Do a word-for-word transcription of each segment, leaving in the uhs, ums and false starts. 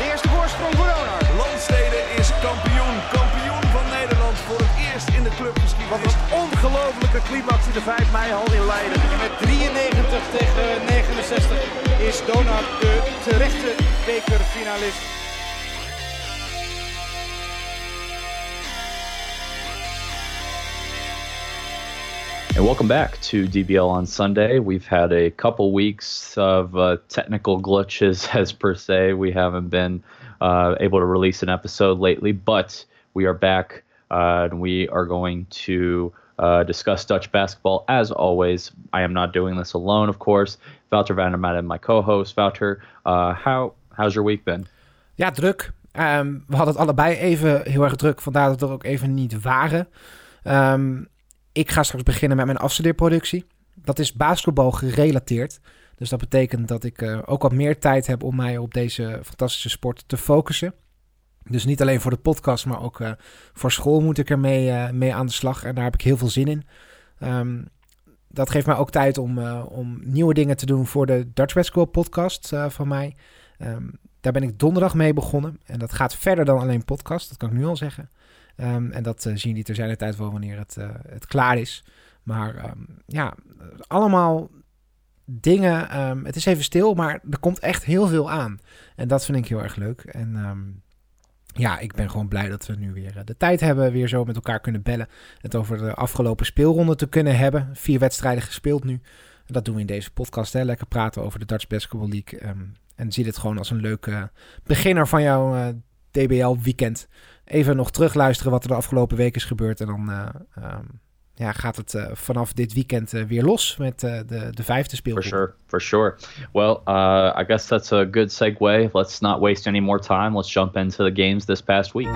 eerste voorsprong voor Donar. Landstede is kampioen. Kampioen van Nederland voor het eerst in de clubgeschiedenis. Wat een ongelofelijke climax in de vijf mei hal in Leiden. En met drieënnegentig tegen negenenzestig is Donar de terechte bekerfinalist. And welcome back to D B L on Sunday. We've had a couple weeks of uh, technical glitches, as per se. We haven't been uh, able to release an episode lately, but we are back uh, and we are going to uh, discuss Dutch basketball as always. I am not doing this alone, of course. Wouter van der Maden, my co-host. Wouter, uh, how how's your week been? Ja, druk. Um, we hadden het allebei even heel erg druk, vandaar dat we er ook even niet waren. Um, Ik ga straks beginnen met mijn afstudeerproductie. Dat is basketbal gerelateerd. Dus dat betekent dat ik uh, ook wat meer tijd heb om mij op deze fantastische sport te focussen. Dus niet alleen voor de podcast, maar ook uh, voor school moet ik er mee, uh, mee aan de slag. En daar heb ik heel veel zin in. Um, dat geeft mij ook tijd om, uh, om nieuwe dingen te doen voor de Dutch Basketball podcast uh, van mij. Um, daar ben ik donderdag mee begonnen. En dat gaat verder dan alleen podcast, dat kan ik nu al zeggen. Um, en dat uh, zien jullie ter zijner tijd wel wanneer het, uh, het klaar is. Maar um, ja, allemaal dingen. Um, het is even stil, maar er komt echt heel veel aan. En dat vind ik heel erg leuk. En um, ja, ik ben gewoon blij dat we nu weer uh, de tijd hebben. Weer zo met elkaar kunnen bellen. Het over de afgelopen speelronde te kunnen hebben. Vier wedstrijden gespeeld nu. En dat doen we in deze podcast. Hè? Lekker praten over de Dutch Basketball League. Um, en zie dit gewoon als een leuke beginner van jouw uh, D B L weekend. Even nog terugluisteren wat er de afgelopen week is gebeurd. En dan uh, um, ja, gaat het uh, vanaf dit weekend uh, weer los met uh, de, de vijfde speelgroep. For sure, for sure. Well, uh, I guess that's a good segue. Let's not waste any more time. Let's jump into the games this past week.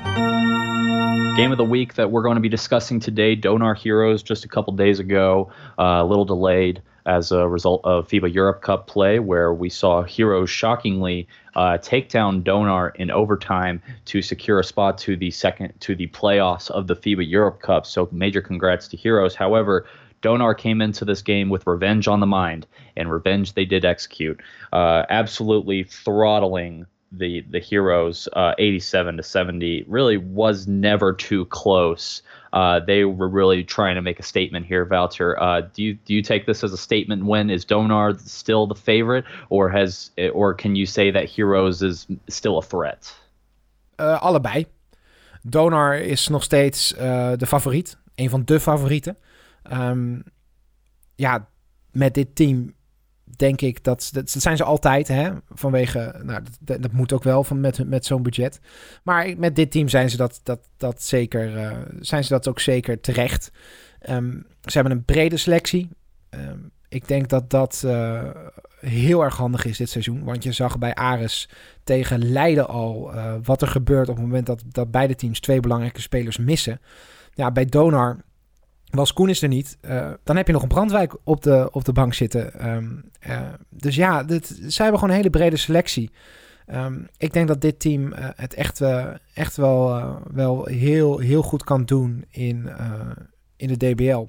Game of the week that we're going to be discussing today, Donar Heroes, just a couple days ago, uh, a little delayed as a result of FIBA Europe Cup play, where we saw Heroes shockingly uh, take down Donar in overtime to secure a spot to the second to the playoffs of the FIBA Europe Cup. So major congrats to Heroes. However, Donar came into this game with revenge on the mind, and revenge they did execute, uh, absolutely throttling the the Heroes uh, eighty-seven to seventy. Really was never too close. Uh, they were really trying to make a statement here, Wouter. Uh, do you do you take this as a statement win? Is Donar still the favorite, or has or can you say that Heroes is still a threat? Uh, allebei. Donar is nog steeds uh, de favoriet, een van de favorieten. Um, ja, met dit team denk ik dat, dat, dat zijn ze altijd, hè, vanwege, nou, dat, dat moet ook wel van met, met zo'n budget. Maar met dit team zijn ze dat, dat, dat zeker, uh, zijn ze dat ook zeker terecht. Um, ze hebben een brede selectie. Um, ik denk dat dat uh, heel erg handig is dit seizoen, want je zag bij Ares tegen Leiden al uh, wat er gebeurt op het moment dat, dat beide teams twee belangrijke spelers missen. Ja, bij Donar was Koenis er niet, uh, dan heb je nog een Brandwijk op de, op de bank zitten. Um, uh, dus ja, dit, zij hebben gewoon een hele brede selectie. Um, ik denk dat dit team uh, het echt, uh, echt wel, uh, wel heel, heel goed kan doen in, uh, in de D B L.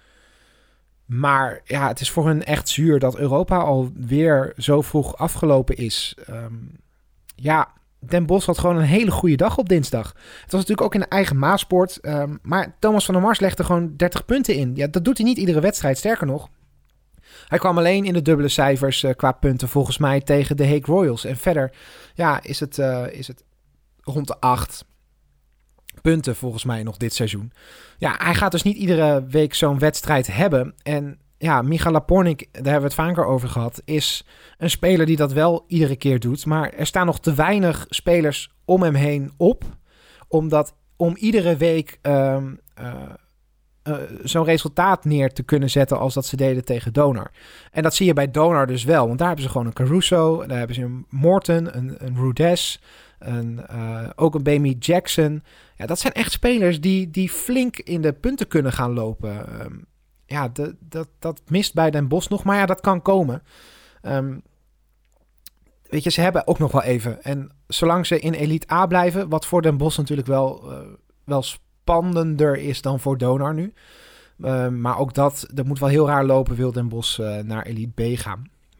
Maar ja, het is voor hun echt zuur dat Europa alweer zo vroeg afgelopen is. Um, ja, Den Bosch had gewoon een hele goede dag op dinsdag. Het was natuurlijk ook in de eigen Maasport. Um, maar Thomas van der Mars legde gewoon dertig punten in. Ja, dat doet hij niet iedere wedstrijd. Sterker nog, hij kwam alleen in de dubbele cijfers uh, qua punten volgens mij tegen de Hague Royals. En verder ja, is, het, uh, is het rond de acht punten volgens mij nog dit seizoen. Ja, hij gaat dus niet iedere week zo'n wedstrijd hebben. En ja, Micha Lapornik, daar hebben we het vaker over gehad, is een speler die dat wel iedere keer doet. Maar er staan nog te weinig spelers om hem heen op, omdat om iedere week uh, uh, uh, zo'n resultaat neer te kunnen zetten als dat ze deden tegen Donar. En dat zie je bij Donar dus wel, want daar hebben ze gewoon een Caruso, daar hebben ze een Morton, een, een Rudess, een, uh, ook een Bamy Jackson. Ja, dat zijn echt spelers die, die flink in de punten kunnen gaan lopen. Um, Ja, de, dat, dat mist bij Den Bosch nog. Maar ja, dat kan komen. Um, weet je, ze hebben ook nog wel even. En zolang ze in Elite A blijven, wat voor Den Bosch natuurlijk wel, uh, wel spannender is dan voor Donar nu. Uh, maar ook dat, dat moet wel heel raar lopen, wil Den Bosch uh, naar Elite B gaan.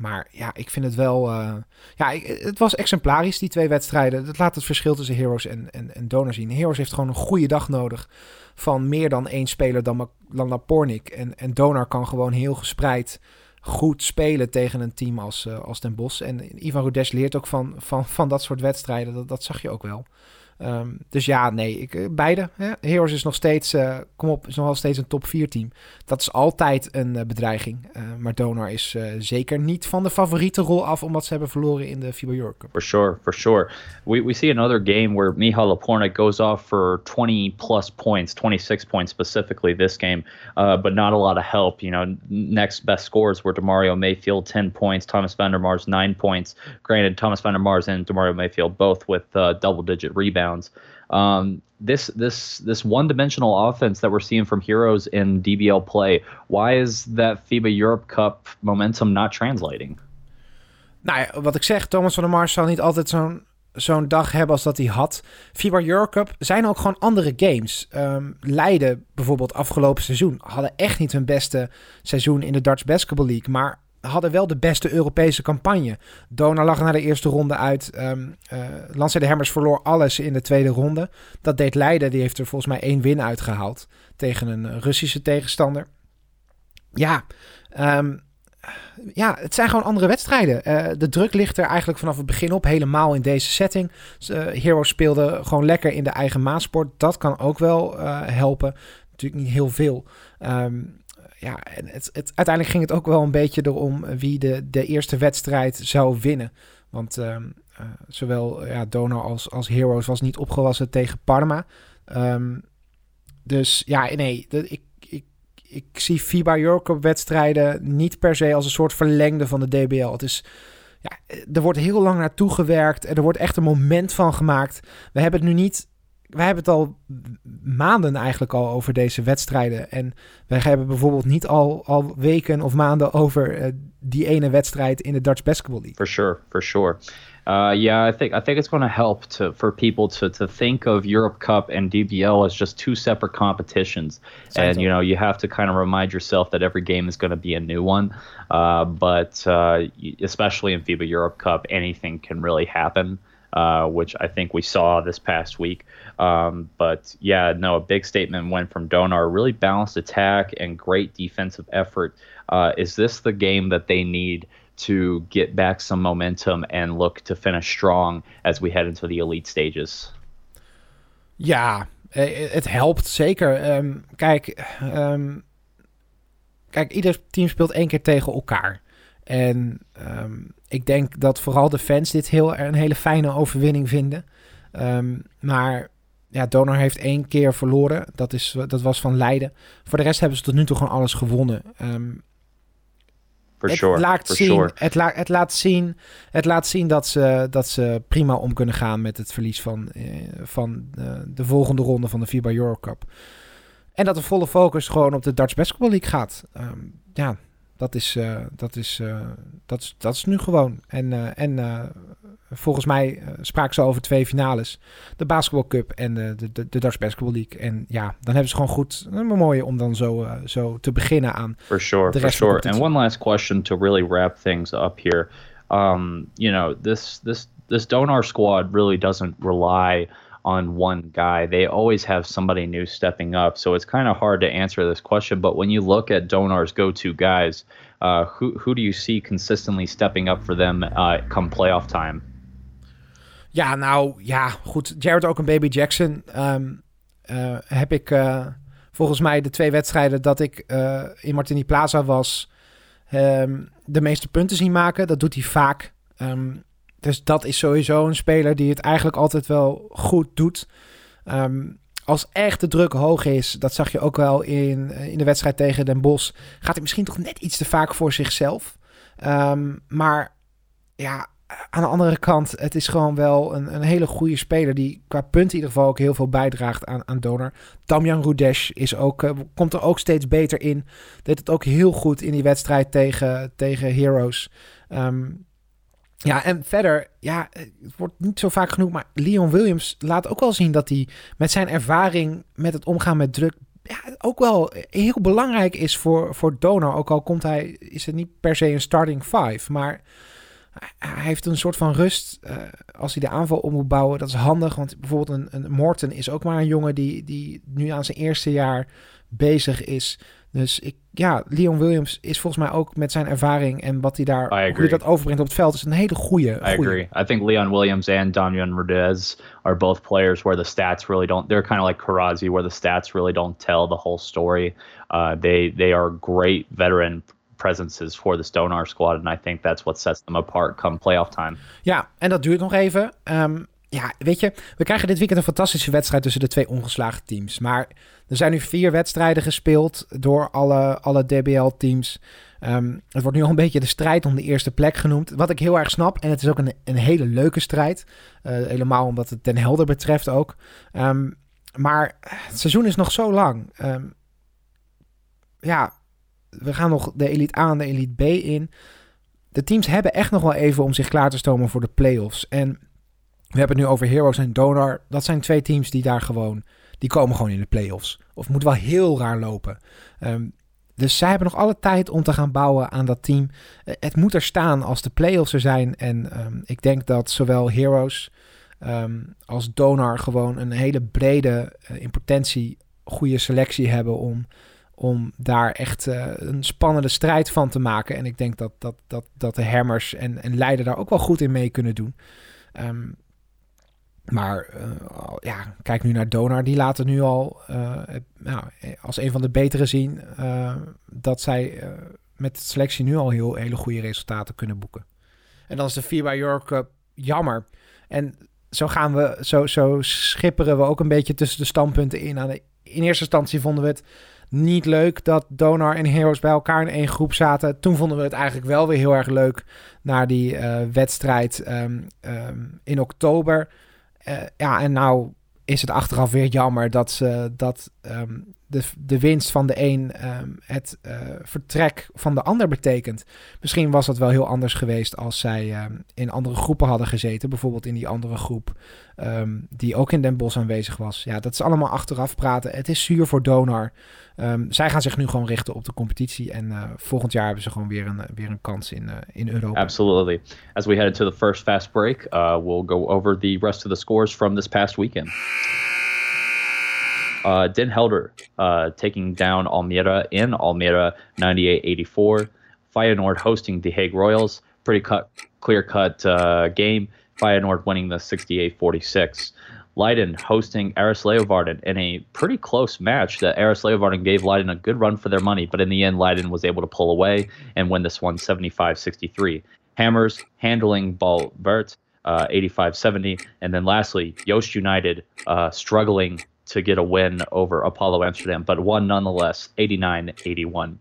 Maar ja, ik vind het wel... Uh, ja, ik, het was exemplarisch, die twee wedstrijden. Dat laat het verschil tussen Heroes en, en, en Donar zien. Heroes heeft gewoon een goede dag nodig van meer dan één speler dan, dan Lapornik. En, en Donar kan gewoon heel gespreid goed spelen tegen een team als, uh, als Den Bosch. En Ivan Rudesh leert ook van, van, van dat soort wedstrijden. Dat, dat zag je ook wel. Um, dus ja, nee, ik, beide. Hè? Heroes is nog steeds, uh, kom op, is nog wel steeds een top vier team. Dat is altijd een uh, bedreiging. Uh, maar Donar is uh, zeker niet van de favoriete rol af, omdat ze hebben verloren in de FIBA Europe Cup. For sure, for sure. We we see another game where Michal Lapornik goes off for twenty plus points, twenty-six points specifically this game, uh, but not a lot of help. You know, next best scores were DeMario Mayfield ten points, Thomas Van der Mars nine points. Granted, Thomas Van der Mars and DeMario Mayfield both with uh, double-digit rebounds. Um, this this this one-dimensional offense that we're seeing from Heroes in D B L play, why is that FIBA Europe Cup momentum not translating? Nou ja, wat ik zeg, Thomas van der Mars zal niet altijd zo'n zo'n dag hebben als dat hij had. FIBA Europe Cup zijn ook gewoon andere games. Um, Leiden bijvoorbeeld afgelopen seizoen hadden echt niet hun beste seizoen in de Dutch Basketball League, maar hadden wel de beste Europese campagne. Donar lag na de eerste ronde uit. Um, uh, Lance de Hemmers verloor alles in de tweede ronde. Dat deed Leiden. Die heeft er volgens mij één win uitgehaald tegen een Russische tegenstander. Ja, um, ja, het zijn gewoon andere wedstrijden. Uh, de druk ligt er eigenlijk vanaf het begin op. Helemaal in deze setting. Uh, Heroes speelde gewoon lekker in de eigen maatsport. Dat kan ook wel uh, helpen. Natuurlijk niet heel veel. Um, Ja, en het, het, uiteindelijk ging het ook wel een beetje erom wie de, de eerste wedstrijd zou winnen. Want um, uh, zowel ja, Donar als, als Heroes was niet opgewassen tegen Parma. Um, dus ja, nee, de, ik, ik, ik zie FIBA Europe Cup wedstrijden niet per se als een soort verlengde van de D B L. Het is, ja, er wordt heel lang naartoe gewerkt en er wordt echt een moment van gemaakt. We hebben het nu niet... Wij hebben het al maanden eigenlijk al over deze wedstrijden. En wij hebben bijvoorbeeld niet al, al weken of maanden over uh, die ene wedstrijd in de Dutch Basketball League. For sure, for sure. Uh, yeah, I think I think it's going to help to for people to to think of Europe Cup and D B L as just two separate competitions. Sounds and you know, you have to kind of remind yourself that every game is going to be a new one. Uh, but uh, especially in FIBA Europe Cup, anything can really happen. Uh, which I think we saw this past week. Um, but yeah, no, a big statement went from Donar. Really balanced attack and great defensive effort. Uh, is this the game that they need to get back some momentum and look to finish strong as we head into the elite stages? Ja, het helpt zeker. Um, kijk, um, kijk, ieder team speelt één keer tegen elkaar. En um, ik denk dat vooral de fans dit heel een hele fijne overwinning vinden. Um, maar ja, Donar heeft één keer verloren. Dat, is, dat was van Leiden. Voor de rest hebben ze tot nu toe gewoon alles gewonnen. Um, For het, sure, laat for zien, sure. het, la, het, laat zien, het laat zien dat ze, dat ze prima om kunnen gaan met het verlies van, uh, van uh, de volgende ronde van de FIBA Euro Cup. En dat de volle focus gewoon op de Dutch Basketball League gaat. Um, ja, dat is, uh, dat, is, uh, dat, is, dat is nu gewoon. En, uh, en uh, volgens mij uh, spraken ze over twee finales. De Basketball Cup en de, de, de Dutch Basketball League. En ja, dan hebben ze gewoon goed. Een mooie om dan zo, uh, zo te beginnen aan. For sure, de for rest van de sure. And one last question to really wrap things up here. Um, you know, this this this Donar squad really doesn't rely on one guy. They always have somebody new stepping up. So it's kind of hard to answer this question. But when you look at Donar's go-to guys, uh, who who do you see consistently stepping up for them uh, come playoff time? Ja, nou ja, goed. Jared ook een Baby Jackson. Um, uh, heb ik uh, volgens mij de twee wedstrijden dat ik uh, in Martini Plaza was, um, de meeste punten zien maken. Dat doet hij vaak. Um, dus dat is sowieso een speler die het eigenlijk altijd wel goed doet. Um, als echt de druk hoog is, dat zag je ook wel in, in de wedstrijd tegen Den Bosch, gaat hij misschien toch net iets te vaak voor zichzelf. Um, maar ja, aan de andere kant, het is gewoon wel een, een hele goede speler die qua punten in ieder geval ook heel veel bijdraagt aan, aan Donar. Damjan Rudesh is ook, uh, komt er ook steeds beter in. Deed het ook heel goed in die wedstrijd tegen, tegen Heroes. Um, ja, en verder, ja, het wordt niet zo vaak genoeg, maar Leon Williams laat ook wel zien dat hij met zijn ervaring met het omgaan met druk ja, ook wel heel belangrijk is voor, voor Donar. Ook al komt hij, is het niet per se een starting five. Maar hij heeft een soort van rust uh, als hij de aanval op moet bouwen. Dat is handig, want bijvoorbeeld een, een Morton is ook maar een jongen die, die nu aan zijn eerste jaar bezig is. Dus ik, ja, Leon Williams is volgens mij ook met zijn ervaring en wat hij daar, hoe hij dat overbrengt op het veld, is een hele goede. I agree. I think Leon Williams and Damian Rodez are both players where the stats really don't. They're kind of like Karazi, where the stats really don't tell the whole story. Uh, they they are great veteran presences for the Donar squad, and I think that's what sets them apart come playoff time. Ja, en dat duurt nog even. Um, ja, weet je, we krijgen dit weekend een fantastische wedstrijd tussen de twee ongeslagen teams. Maar er zijn nu vier wedstrijden gespeeld door alle, alle D B L-teams. Um, het wordt nu al een beetje de strijd om de eerste plek genoemd. Wat ik heel erg snap. En het is ook een, een hele leuke strijd. Uh, helemaal omdat het Den Helder betreft ook. Um, maar het seizoen is nog zo lang. Um, ja, we gaan nog de Elite A en de Elite B in. De teams hebben echt nog wel even om zich klaar te stomen voor de playoffs. En we hebben het nu over Heroes en Donar. Dat zijn twee teams die daar gewoon, die komen gewoon in de playoffs. Of het moet wel heel raar lopen. Um, dus zij hebben nog alle tijd om te gaan bouwen aan dat team. Uh, het moet er staan als de playoffs er zijn. En um, ik denk dat zowel Heroes um, als Donar gewoon een hele brede, uh, in potentie goede selectie hebben om, om daar echt uh, een spannende strijd van te maken. En ik denk dat, dat, dat, dat de Hammers en, en Leiden daar ook wel goed in mee kunnen doen. Um, Maar uh, ja, kijk nu naar Donar. Die laten nu al uh, nou, als een van de betere zien uh, dat zij uh, met de selectie nu al heel hele goede resultaten kunnen boeken. En dan is de vier bij Europe Cup jammer. En zo gaan we, zo, zo schipperen we ook een beetje tussen de standpunten in. Aan de, in eerste instantie vonden we het niet leuk dat Donar en Heroes bij elkaar in één groep zaten. Toen vonden we het eigenlijk wel weer heel erg leuk naar die uh, wedstrijd um, um, in oktober. Uh, ja, en nou is het achteraf weer jammer dat, ze, dat um, de, de winst van de een um, het uh, vertrek van de ander betekent. Misschien was dat wel heel anders geweest als zij um, in andere groepen hadden gezeten. Bijvoorbeeld in die andere groep um, die ook in Den Bosch aanwezig was. Ja, dat is allemaal achteraf praten. Het is zuur voor Donar. Um, zij gaan zich nu gewoon richten op de competitie. En uh, volgend jaar hebben ze gewoon weer een, weer een kans in, uh, in Europa. Absolutely. As we head to the first fast break, uh, we'll go over the rest of the scores from this past weekend. Uh, Den Helder uh, taking down Almere in Almere ninety-eight eighty-four. Feyenoord hosting the Hague Royals. Pretty cut, clear-cut uh, game. Feyenoord winning the sixty-eight forty-six. Leiden hosting Aris Leeuwarden in a pretty close match that Aris Leeuwarden gave Leiden a good run for their money, but in the end, Leiden was able to pull away and win this one seventy-five sixty-three. Hammers handling Balbert uh, eighty-five seventy. And then lastly, Joost United uh, struggling to get a win over Apollo Amsterdam, but won nonetheless, eighty-nine eighty-one.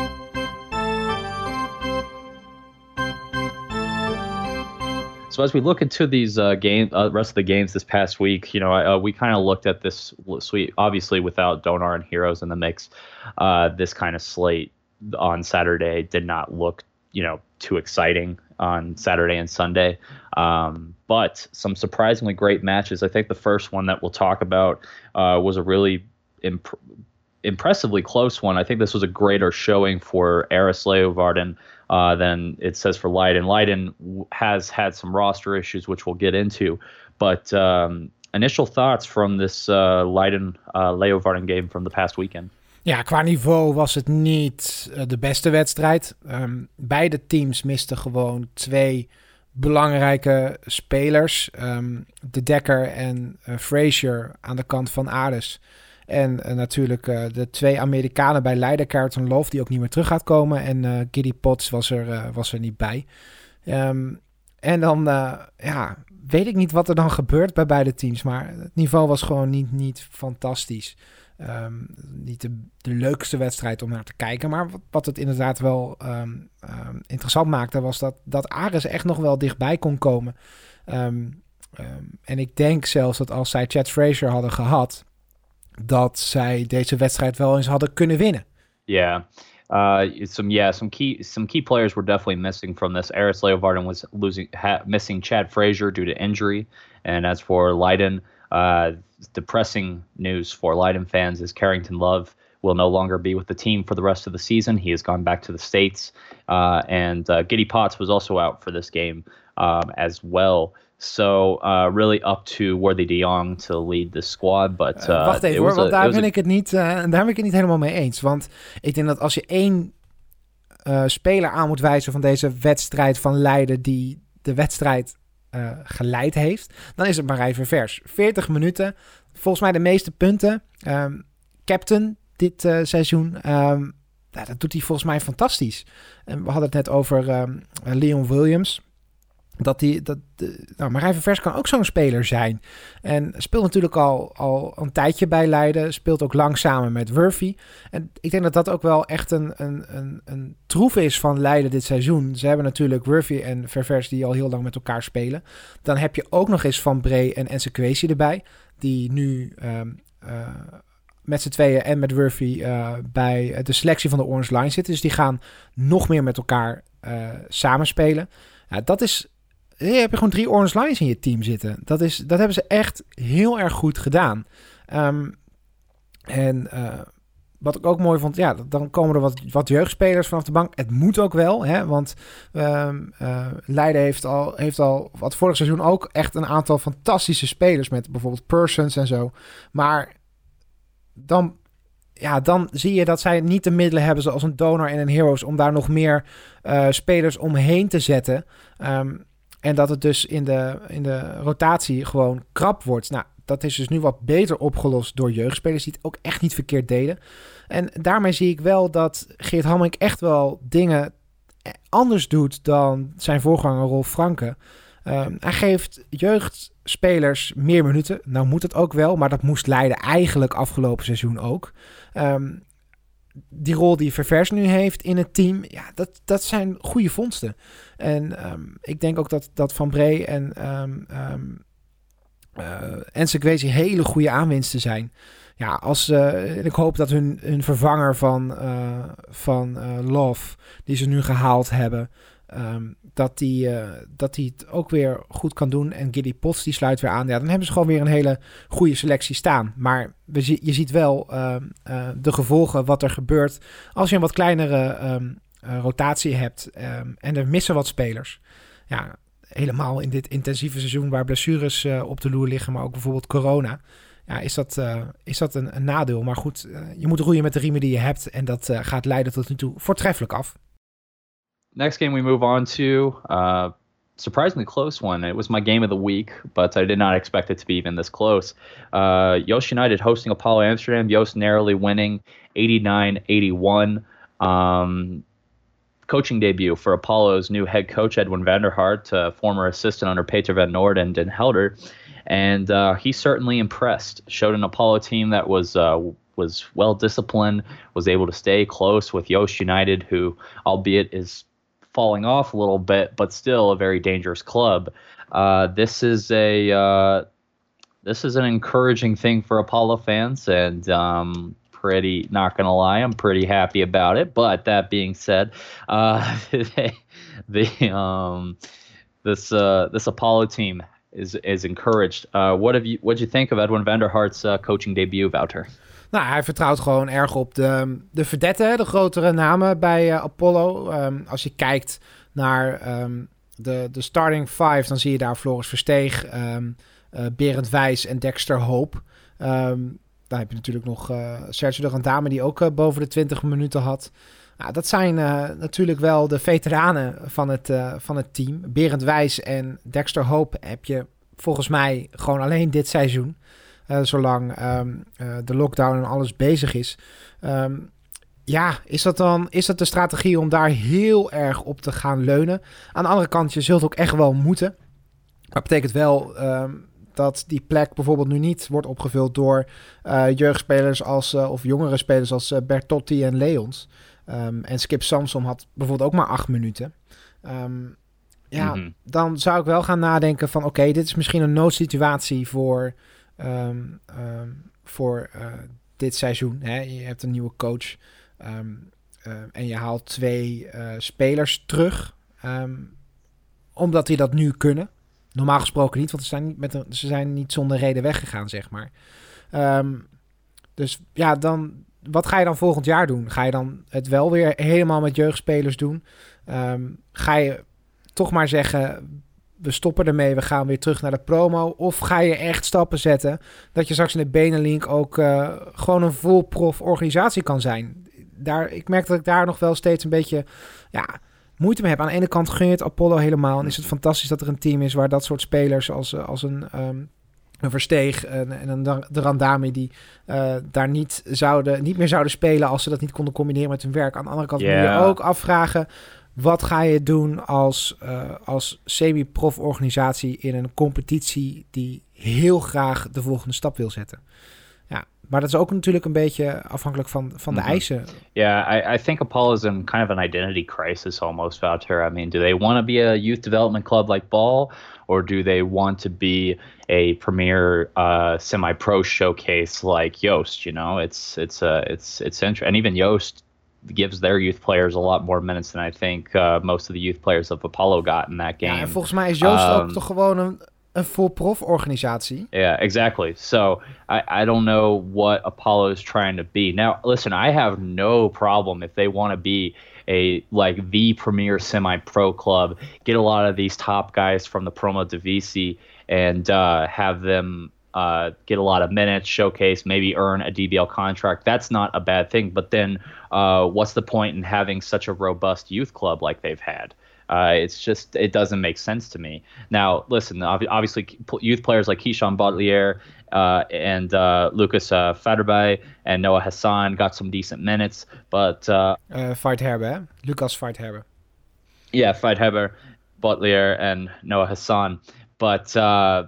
So as we look into these uh, game, uh, rest of the games this past week, you know, uh, we kind of looked at this suite, obviously without Donar and Heroes in the mix. Uh, this kind of slate on Saturday did not look, you know, too exciting on Saturday and Sunday. Um, but some surprisingly great matches. I think the first one that we'll talk about uh, was a really imp- impressively close one. I think this was a greater showing for Aris Leeuwarden uh, than it says for Leiden. Leiden has had some roster issues, which we'll get into. But um, initial thoughts from this uh, Leiden uh, Leeuwarden game from the past weekend. Ja, qua niveau was het niet uh, de beste wedstrijd. Um, beide teams misten gewoon twee belangrijke spelers. Um, de Dekker en uh, Frazier aan de kant van Aris. En uh, natuurlijk uh, de twee Amerikanen bij Leiden, Carlton Love, die ook niet meer terug gaat komen. En uh, Giddy Potts was er, uh, was er niet bij. Um, en dan, uh, ja, weet ik niet wat er dan gebeurt bij beide teams. Maar het niveau was gewoon niet, niet fantastisch. Um, niet de, de leukste wedstrijd om naar te kijken. Maar wat, wat het inderdaad wel um, um, interessant maakte, was dat, dat Aris echt nog wel dichtbij kon komen. Um, um, en ik denk zelfs dat als zij Chad Frazier hadden gehad, dat zij deze wedstrijd wel eens hadden kunnen winnen. Yeah. Uh, some yeah, some key some key players were definitely missing from this. Aris Leeuwarden was losing ha- missing Chad Frazier due to injury, and as for Leiden, Uh, depressing news for Leiden fans is Carrington Love will no longer be with the team for the rest of the season. He has gone back to the States. Uh, and uh, Giddy Potts was also out for this game um, as well. So uh, really up to Worthy de Jong to lead the squad. But, uh, uh, wacht even hoor, want daar ben, a... ik het niet, uh, daar ben ik het niet helemaal mee eens. Want ik denk dat als je één uh, speler aan moet wijzen van deze wedstrijd van Leiden die de wedstrijd uh, geleid heeft, dan is het Marij Ververs. veertig minuten, volgens mij de meeste punten. Um, captain dit uh, seizoen. Um, ja, dat doet hij volgens mij fantastisch. En we hadden het net over um, Leon Williams. Dat die, dat, de, nou, Marij Ververs kan ook zo'n speler zijn. En speelt natuurlijk al, al een tijdje bij Leiden. Speelt ook lang samen met Wurfy. En ik denk dat dat ook wel echt een, een, een, een troef is van Leiden dit seizoen. Ze hebben natuurlijk Wurfy en Ververs die al heel lang met elkaar spelen. Dan heb je ook nog eens Van Bree en Ensekwesi erbij. Die nu um, uh, met z'n tweeën en met Wurfy uh, bij de selectie van de Orange Line zitten. Dus die gaan nog meer met elkaar uh, samenspelen. Ja, dat is... Je hebt gewoon drie Orange Lines in je team zitten. Dat, is, dat hebben ze echt heel erg goed gedaan. Um, en uh, wat ik ook mooi vond, ja, dan komen er wat, wat jeugdspelers vanaf de bank. Het moet ook wel, hè, want um, uh, Leiden heeft al, heeft al, wat vorig seizoen ook, echt een aantal fantastische spelers met bijvoorbeeld Persons en zo. Maar dan... Ja, dan zie je dat zij niet de middelen hebben zoals een Donor en een Heroes om daar nog meer uh, spelers omheen te zetten. Um, en dat het dus in de, in de rotatie gewoon krap wordt. Nou, dat is dus nu wat beter opgelost door jeugdspelers die het ook echt niet verkeerd deden. En daarmee zie ik wel dat Geert Hammink echt wel dingen anders doet dan zijn voorganger Rolf Franke. Um, hij geeft jeugdspelers meer minuten. Nou moet het ook wel, maar dat moest Leiden eigenlijk afgelopen seizoen ook. Um, die rol die Ververs nu heeft in het team, ja, dat, dat zijn goede vondsten. En um, ik denk ook dat, dat Van Bree en um, um, uh, Ensekwesi hele goede aanwinsten zijn. Ja, als, uh, ik hoop dat hun, hun vervanger van, uh, van uh, Love, die ze nu gehaald hebben, Um, dat die, uh, dat die het ook weer goed kan doen. En Giddy Potts die sluit weer aan. Ja, dan hebben ze gewoon weer een hele goede selectie staan. Maar we zie, je ziet wel uh, uh, de gevolgen wat er gebeurt als je een wat kleinere um, uh, rotatie hebt. Um, en er missen wat spelers. Ja, helemaal in dit intensieve seizoen waar blessures uh, op de loer liggen. Maar ook bijvoorbeeld corona. Ja, is dat, uh, is dat een, een nadeel. Maar goed, uh, je moet roeien met de riemen die je hebt. En dat uh, gaat Leiden tot nu toe voortreffelijk af. Next game we move on to, uh, surprisingly close one. It was my game of the week, but I did not expect it to be even this close. Uh, Joost United hosting Apollo Amsterdam. Joost narrowly winning eighty-nine eighty-one. Um, coaching debut for Apollo's new head coach, Edwin van der Hart, uh, former assistant under Peter van Noord and Den Helder. And uh, he certainly impressed. Showed an Apollo team that was... Uh, was well-disciplined, was able to stay close with Joost United, who, albeit is falling off a little bit, but still a very dangerous club. Uh, this is a uh, this is an encouraging thing for Apollo fans, and um, pretty not gonna lie, I'm pretty happy about it. But that being said, uh, the um, this uh, this Apollo team is is encouraged. Uh, what have you what did you think of Edwin van der Hart's uh, coaching debut, Wouter? Nou, hij vertrouwt gewoon erg op de, de verdetten, de grotere namen bij uh, Apollo. Um, als je kijkt naar um, de, de starting five, dan zie je daar Floris Versteeg, um, uh, Berend Wijs en Dexter Hoop. Um, daar heb je natuurlijk nog uh, Sergio de Randame, die ook uh, boven de twintig minuten had. Nou, dat zijn uh, natuurlijk wel de veteranen van het, uh, van het team. Berend Wijs en Dexter Hoop heb je volgens mij gewoon alleen dit seizoen. Uh, zolang um, uh, de lockdown en alles bezig is. Um, ja, is dat dan is dat de strategie om daar heel erg op te gaan leunen? Aan de andere kant, je zult ook echt wel moeten. Dat betekent wel um, dat die plek bijvoorbeeld nu niet wordt opgevuld door uh, jeugdspelers als, uh, of jongere spelers als uh, Bertotti en Leons. Um, en Skip Samsom had bijvoorbeeld ook maar acht minuten. Um, ja, mm-hmm. Dan zou ik wel gaan nadenken van oké, okay, dit is misschien een noodsituatie voor... Um, um, voor uh, dit seizoen. Hè? Je hebt een nieuwe coach um, uh, en je haalt twee uh, spelers terug. Um, omdat die dat nu kunnen. normaal gesproken niet, want ze zijn niet, met een, ze zijn niet zonder reden weggegaan, zeg maar. Um, dus ja, dan, wat ga je dan volgend jaar doen? Ga je dan het wel weer helemaal met jeugdspelers doen? Um, ga je toch maar zeggen, we stoppen ermee, we gaan weer terug naar de promo? Of ga je echt stappen zetten dat je straks in de Benelink ook uh, gewoon een vol prof organisatie kan zijn? Daar, ik merk dat ik daar nog wel steeds een beetje ja, moeite mee heb. Aan de ene kant gun je het Apollo helemaal en is het fantastisch dat er een team is waar dat soort spelers als, als een... Um, een Versteeg en, en een de Randami die uh, daar niet, zouden, niet meer zouden spelen als ze dat niet konden combineren met hun werk. Aan de andere kant yeah. moet je ook afvragen, wat ga je doen als, uh, als semi-prof organisatie in een competitie die heel graag de volgende stap wil zetten? Ja, maar dat is ook natuurlijk een beetje afhankelijk van, van de mm-hmm. eisen. Yeah, I, I think Apollo's in kind of an identity crisis almost, Wouter. I mean, do they want to be a youth development club like Ball? Or do they want to be a premier uh, semi-pro showcase like Yost? You know, it's it's uh, it's it's interesting, and even Yost gives their youth players a lot more minutes than I think uh, most of the youth players of Apollo got in that game. Ja, en volgens mij is Yost um, ook toch gewoon een, een full prof organisatie. Yeah, exactly. So I I don't know what Apollo is trying to be. Now, listen, I have no problem if they want to be a like the premier semi-pro club, get a lot of these top guys from the Promo Divisi and uh, have them uh, get a lot of minutes, showcase, maybe earn a D B L contract. That's not a bad thing. But then uh, what's the point in having such a robust youth club like they've had? Uh, it's just, it doesn't make sense to me. Now, listen, obviously youth players like Keyshawn Butlier uh, and uh, Lucas uh, Faderbay and Noah Hassan got some decent minutes, but... Uh, uh, Vaidherbe, hè? Lucas Vaidherbe. Yeah, Vaidherbe, Butlier, and Noah Hassan. But uh,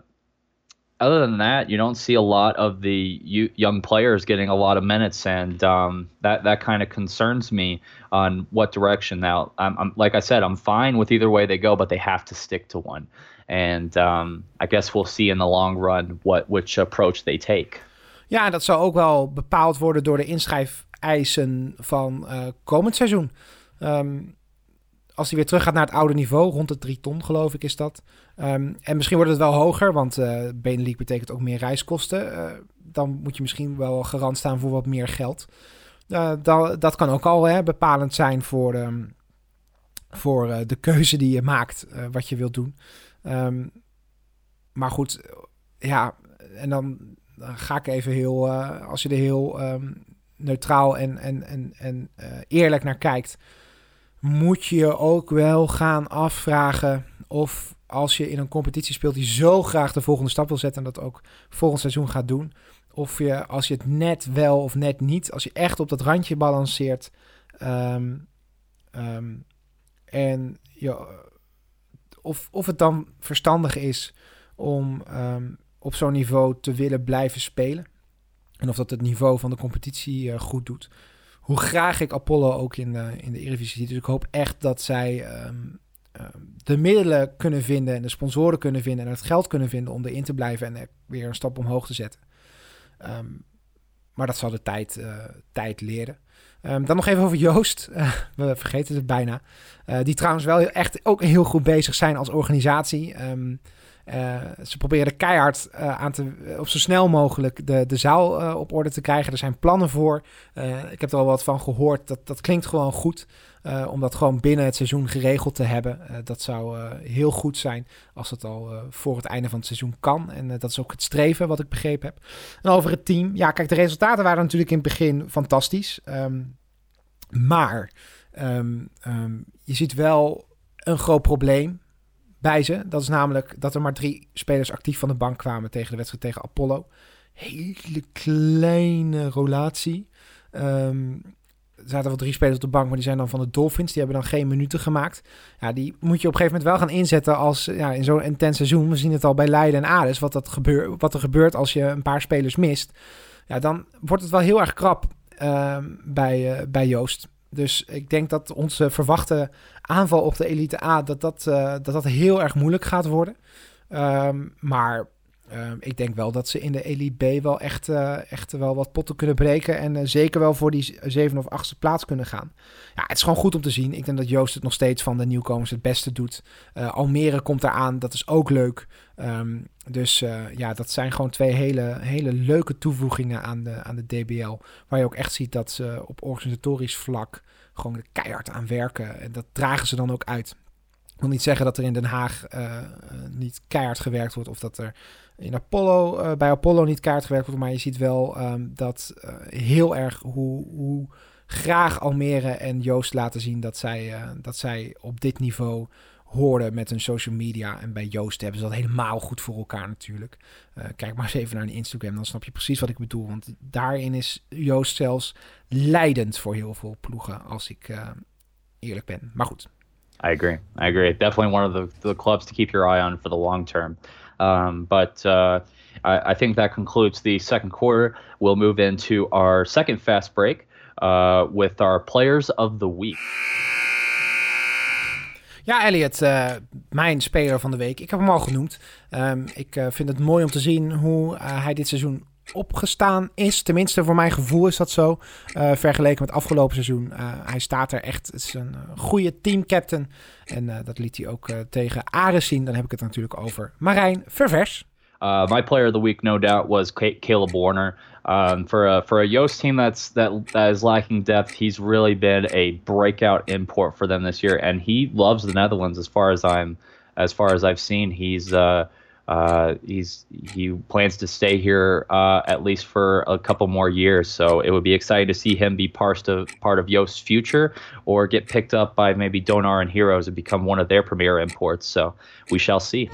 other than that, you don't see a lot of the you, young players getting a lot of minutes, and um, that, that kind of concerns me on what direction. Now, I'm, I'm like I said, I'm fine with either way they go, but they have to stick to one. And um, I guess we'll see in the long run what which approach they take. Ja, dat zal ook wel bepaald worden door de inschrijfeisen van uh, komend seizoen. Um, als hij weer terug gaat naar het oude niveau, rond de drie ton geloof ik is dat. Um, en misschien wordt het wel hoger, want uh, Benelink betekent ook meer reiskosten. Uh, dan moet je misschien wel garant staan voor wat meer geld. Uh, dat, dat kan ook al hè, bepalend zijn voor, um, voor uh, de keuze die je maakt, uh, wat je wilt doen. Um, maar goed, ja, en dan, dan ga ik even heel, uh, als je er heel um, neutraal en, en, en, en uh, eerlijk naar kijkt, moet je ook wel gaan afvragen of als je in een competitie speelt die zo graag de volgende stap wil zetten en dat ook volgend seizoen gaat doen, of je als je het net wel of net niet, als je echt op dat randje balanceert um, um, en je, of, of het dan verstandig is om um, op zo'n niveau te willen blijven spelen en of dat het niveau van de competitie uh, goed doet. Hoe graag ik Apollo ook in de, in de Eredivisie zie. Dus ik hoop echt dat zij um, um, de middelen kunnen vinden en de sponsoren kunnen vinden en het geld kunnen vinden om erin te blijven en er weer een stap omhoog te zetten. Um, maar dat zal de tijd, uh, tijd leren. Um, dan nog even over Yost. Uh, we vergeten het bijna. Uh, die trouwens wel heel, echt ook heel goed bezig zijn als organisatie. Um, Uh, ze proberen keihard uh, aan te, uh, op zo snel mogelijk de, de zaal uh, op orde te krijgen. Er zijn plannen voor. Uh, ik heb er al wat van gehoord. Dat, dat klinkt gewoon goed. Uh, om dat gewoon binnen het seizoen geregeld te hebben. Uh, dat zou uh, heel goed zijn als het al uh, voor het einde van het seizoen kan. En uh, dat is ook het streven wat ik begrepen heb. En over het team. Ja, kijk, de resultaten waren natuurlijk in het begin fantastisch. Um, maar um, um, je ziet wel een groot probleem bij ze. Dat is namelijk dat er maar drie spelers actief van de bank kwamen tegen de wedstrijd tegen Apollo. Hele kleine relatie. Um, er zaten wel drie spelers op de bank, maar die zijn dan van de Dolphins. Die hebben dan geen minuten gemaakt. Ja, die moet je op een gegeven moment wel gaan inzetten als ja, in zo'n intens seizoen. We zien het al bij Leiden en Ades, wat, dat gebeur, wat er gebeurt als je een paar spelers mist. Ja, dan wordt het wel heel erg krap uh, bij, uh, bij Yost. Dus ik denk dat onze verwachte aanval op de Elite A, dat dat, uh, dat, dat heel erg moeilijk gaat worden. Um, maar Uh, ik denk wel dat ze in de Elite B wel echt, uh, echt wel wat potten kunnen breken. En uh, zeker wel voor die zevende of achtste plaats kunnen gaan. Ja, het is gewoon goed om te zien. Ik denk dat Joost het nog steeds van de nieuwkomers het beste doet. Uh, Almere komt eraan, dat is ook leuk. Um, dus uh, ja, dat zijn gewoon twee hele, hele leuke toevoegingen aan de, aan de D B L. Waar je ook echt ziet dat ze op organisatorisch vlak gewoon er keihard aan werken. En dat dragen ze dan ook uit. Ik wil niet zeggen dat er in Den Haag uh, niet keihard gewerkt wordt. Of dat er in Apollo, uh, bij Apollo niet keihard gewerkt wordt. Maar je ziet wel um, dat uh, heel erg hoe, hoe graag Almere en Joost laten zien dat zij, uh, dat zij op dit niveau horen met hun social media. En bij Joost hebben ze dat helemaal goed voor elkaar natuurlijk. Uh, kijk maar eens even naar hun Instagram, dan snap je precies wat ik bedoel. Want daarin is Joost zelfs leidend voor heel veel ploegen, als ik uh, eerlijk ben. Maar goed. I agree. I agree. Definitely one of the, the clubs to keep your eye on for the long term. Um, but uh, I, I think that concludes the second quarter. We'll move into our second fast break uh, with our players of the week. Ja, Elliot, uh, mijn speler van de week. Ik heb hem al genoemd. Um, ik uh, vind het mooi om te zien hoe uh, hij dit seizoen opgestaan is. Tenminste, voor mijn gevoel is dat zo. Uh, vergeleken met afgelopen seizoen. Uh, hij staat er echt. Het is een uh, goede teamcaptain. En uh, dat liet hij ook uh, tegen Ares zien. Dan heb ik het natuurlijk over Marijn Ververs. Uh, my player of the week, no doubt, was C- Caleb Warner. Um, for a for a Yost team that's that that is lacking depth, he's really been a breakout import for them this year, and he loves the Netherlands as far as I'm as far as I've seen. He's uh, uh, he's he plans to stay here uh, at least for a couple more years. So it would be exciting to see him be part of part of Yost's future, or get picked up by maybe Donar and Heroes and become one of their premier imports. So we shall see.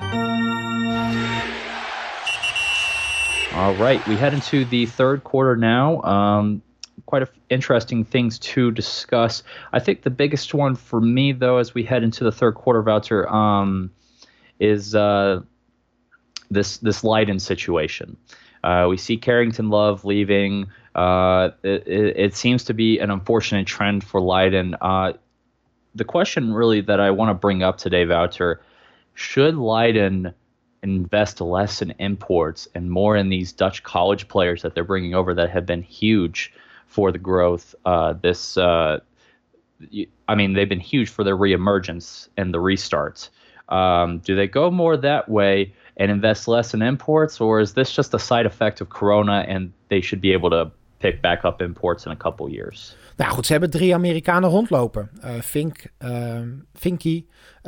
All right, we head into the third quarter now. Um, quite a f- interesting things to discuss. I think the biggest one for me, though, as we head into the third quarter, Wouter, um, is uh, this this Leiden situation. Uh, we see Carrington Love leaving. Uh, it, it seems to be an unfortunate trend for Leiden. Uh, the question really that I want to bring up today, Wouter, should Leiden invest less in imports and more in these Dutch college players that they're bringing over that have been huge for the growth? Uh, this, uh, I mean, they've been huge for their reemergence and the restart. Um, do they go more that way and invest less in imports, or is this just a side effect of Corona and they should be able to pick back up imports in a couple years? Nou goed, ze hebben drie Amerikanen rondlopen. Uh, Fink, um, Finky,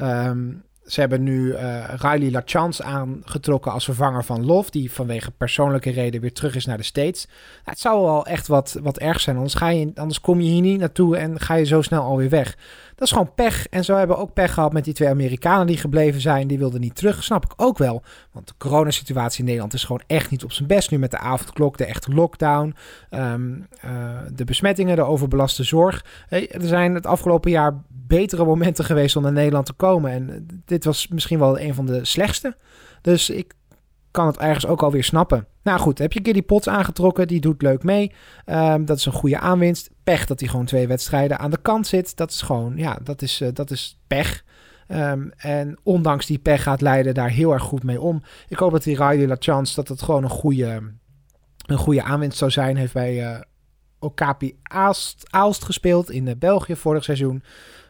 um, Ze hebben nu uh, Riley LaChance aangetrokken als vervanger van Love, die vanwege persoonlijke reden weer terug is naar de States. Nou, het zou wel echt wat, wat erg zijn, anders, ga je, anders kom je hier niet naartoe en ga je zo snel alweer weg. Dat is gewoon pech. En zo hebben we ook pech gehad met die twee Amerikanen die gebleven zijn. Die wilden niet terug. Snap ik ook wel. Want de coronasituatie in Nederland is gewoon echt niet op zijn best. Nu met de avondklok, de echte lockdown. Um, uh, de besmettingen, de overbelaste zorg. Hey, er zijn het afgelopen jaar betere momenten geweest om naar Nederland te komen. En dit was misschien wel een van de slechtste. Dus ik kan het ergens ook alweer snappen. Nou goed, heb je Giddy Potts aangetrokken. Die doet leuk mee. Um, dat is een goede aanwinst. Pech dat hij gewoon twee wedstrijden aan de kant zit. Dat is gewoon, ja, dat is, uh, dat is pech. Um, en ondanks die pech gaat Leiden daar heel erg goed mee om. Ik hoop dat die Riley LaChance, dat het gewoon een goede, een goede aanwinst zou zijn. Heeft bij uh, Okapi Aalst, Aalst gespeeld in uh, België vorig seizoen.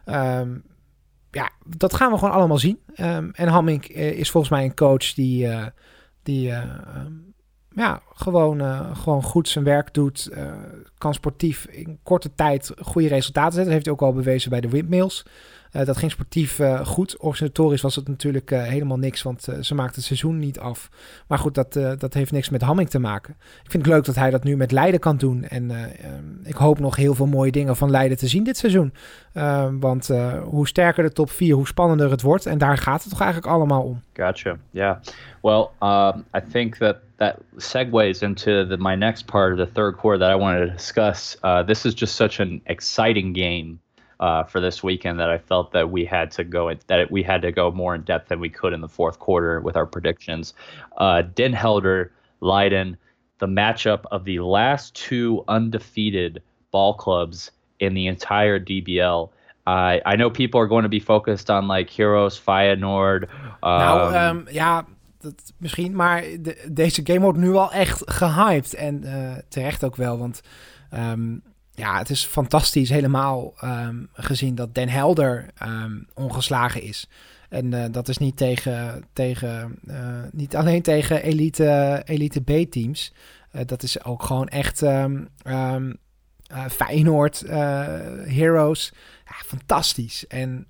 Um, ja, dat gaan we gewoon allemaal zien. Um, en Hamming uh, is volgens mij een coach die, uh, die uh, um, ja, gewoon, uh, gewoon goed zijn werk doet. Uh, kan sportief in korte tijd goede resultaten zetten. Dat heeft hij ook al bewezen bij de Windmills. Uh, dat ging sportief uh, goed. Organisatorisch was het natuurlijk uh, helemaal niks, want uh, ze maakte het seizoen niet af. Maar goed, dat, uh, dat heeft niks met Hamming te maken. Ik vind het leuk dat hij dat nu met Leiden kan doen. En uh, um, ik hoop nog heel veel mooie dingen van Leiden te zien dit seizoen. Uh, want uh, hoe sterker de top vier, hoe spannender het wordt. En daar gaat het toch eigenlijk allemaal om. Gotcha. Yeah. Well, um, I think that that segues into the, my next part of the third quarter that I wanted to discuss. Uh, this is just such an exciting game Uh, for this weekend that I felt that we had to go in, that it, we had to go more in depth than we could in the fourth quarter with our predictions. Uh, Den Helder, Leiden, the matchup of the last two undefeated ball clubs in the entire D B L. Uh, I know people are going to be focused on like Heroes, Feyenoord. Um, nou, um, ja, dat misschien. Maar de, deze game wordt nu al echt gehyped. En uh, terecht ook wel, want um, ja, het is fantastisch helemaal um, gezien dat Den Helder um, ongeslagen is. En uh, dat is niet tegen, tegen uh, niet alleen tegen elite, elite B-teams. Uh, dat is ook gewoon echt um, um, uh, Feyenoord uh, Heroes. Ja, fantastisch. En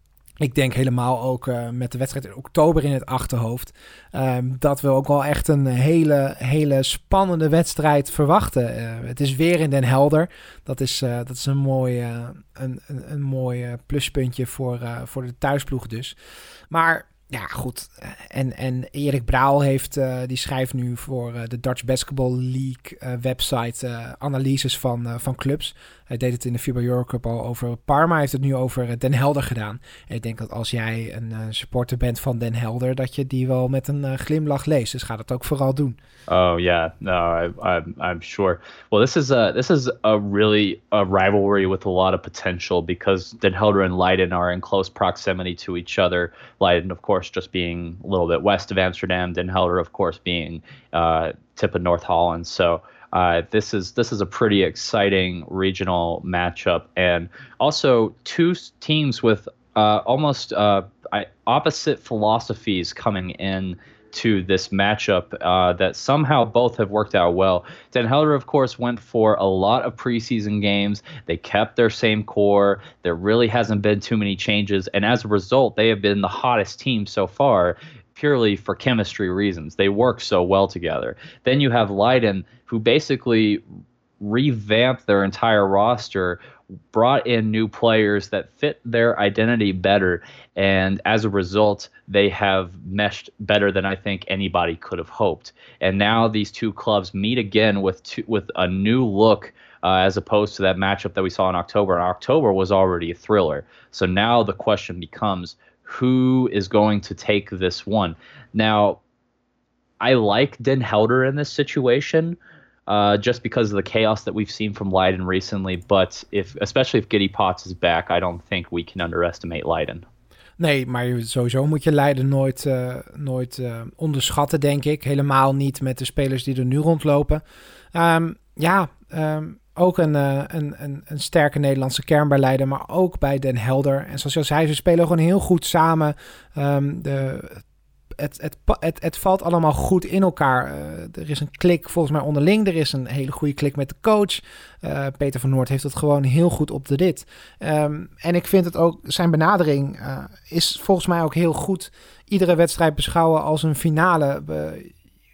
ik denk helemaal ook uh, met de wedstrijd in oktober in het achterhoofd... Um, dat we ook wel echt een hele, hele spannende wedstrijd verwachten. Uh, het is weer in Den Helder. Dat is, uh, dat is een mooi, uh, een, een, een mooi uh, pluspuntje voor, uh, voor de thuisploeg dus. Maar ja, goed. En, en Erik Braal heeft, uh, die schrijft nu voor uh, de Dutch Basketball League uh, website uh, analyses van, uh, van clubs. Hij deed het in de FIBA Eurocup al over Parma. Hij heeft het nu over uh, Den Helder gedaan. En ik denk dat als jij een uh, supporter bent van Den Helder, dat je die wel met een uh, glimlach leest. Dus ga dat ook vooral doen. Oh yeah, no, I, I'm I'm sure. Well, this is a this is a really a rivalry with a lot of potential because Den Helder and Leiden are in close proximity to each other. Leiden, of course, just being a little bit west of Amsterdam. Den Helder, of course, being uh, tip of North Holland. So. Uh, this is this is a pretty exciting regional matchup, and also two teams with uh, almost uh, opposite philosophies coming in to this matchup uh, that somehow both have worked out well. Den Helder, of course, went for a lot of preseason games. They kept their same core. There really hasn't been too many changes, and as a result, they have been the hottest team so far. Purely for chemistry reasons. They work so well together. Then you have Leiden, who basically revamped their entire roster, brought in new players that fit their identity better, and as a result, they have meshed better than I think anybody could have hoped. And now these two clubs meet again with two, with a new look, uh, as opposed to that matchup that we saw in October. And October was already a thriller. So now the question becomes, who is going to take this one? Now, I like Den Helder in this situation, uh, just because of the chaos that we've seen from Leiden recently. But if, especially if Giddy Potts is back, I don't think we can underestimate Leiden. Nee, maar sowieso moet je Leiden nooit, uh, nooit uh, onderschatten, denk ik. Helemaal niet met de spelers die er nu rondlopen. Um, ja, um, ook een, uh, een, een, een sterke Nederlandse kern bij Leiden, maar ook bij Den Helder. En zoals je al zei, ze spelen gewoon heel goed samen. Um, de, het, het, het, het valt allemaal goed in elkaar. Uh, er is een klik volgens mij onderling. Er is een hele goede klik met de coach. Uh, Peter van Noord heeft het gewoon heel goed op de rit. Um, en ik vind het ook, zijn benadering uh, is volgens mij ook heel goed. Iedere wedstrijd beschouwen als een finale. Uh,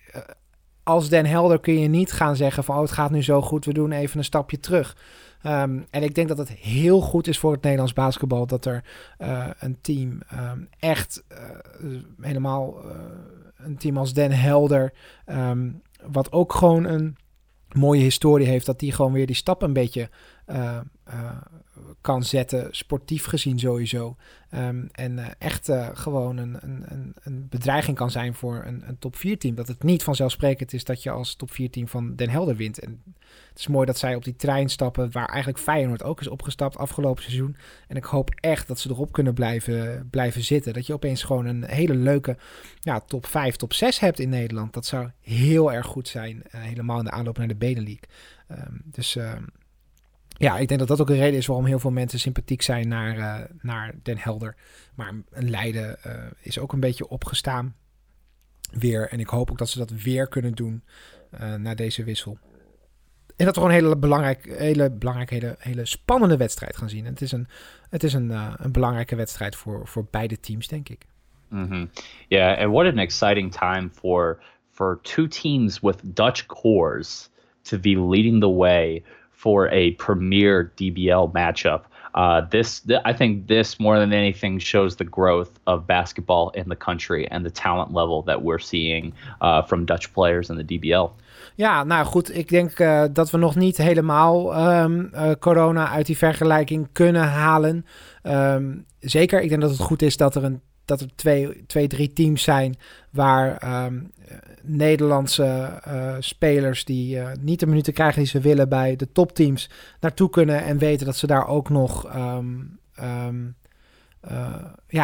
Als Den Helder kun je niet gaan zeggen van, oh, het gaat nu zo goed, we doen even een stapje terug. Um, en ik denk dat het heel goed is voor het Nederlands basketbal dat er uh, een team um, echt uh, helemaal uh, een team als Den Helder, um, wat ook gewoon een mooie historie heeft, dat die gewoon weer die stap een beetje uh, uh, kan zetten, sportief gezien sowieso. Um, en uh, echt uh, gewoon een, een, een bedreiging kan zijn voor een, een top vier team. Dat het niet vanzelfsprekend is dat je als top vier team van Den Helder wint. En het is mooi dat zij op die trein stappen, waar eigenlijk Feyenoord ook is opgestapt afgelopen seizoen. En ik hoop echt dat ze erop kunnen blijven, blijven zitten. Dat je opeens gewoon een hele leuke ja, top vijf, top zes hebt in Nederland. Dat zou heel erg goed zijn, uh, helemaal in de aanloop naar de Benelink. Um, dus... Uh, Ja, ik denk dat dat ook een reden is waarom heel veel mensen sympathiek zijn naar, uh, naar Den Helder. Maar een Leiden uh, is ook een beetje opgestaan weer. En ik hoop ook dat ze dat weer kunnen doen uh, na deze wissel. En dat we gewoon een hele, belangrijk, hele belangrijke, hele, hele spannende wedstrijd gaan zien. En het is een, het is een, uh, een belangrijke wedstrijd voor, voor beide teams, denk ik. Mm-hmm. Yeah, and what an exciting time for, for two teams with Dutch cores to be leading the way for a premier D B L matchup. Uh, this, th- I think this more than anything shows the growth of basketball in the country and the talent level that we're seeing uh, from Dutch players in the D B L. Ja, nou goed, ik denk uh, dat we nog niet helemaal um, uh, corona uit die vergelijking kunnen halen. Um, zeker, ik denk dat het goed is dat er een dat er twee, twee, drie teams zijn waar um, Nederlandse uh, spelers die uh, niet de minuten krijgen die ze willen bij de topteams naartoe kunnen en weten dat ze daar ook nog um, um, uh, ja,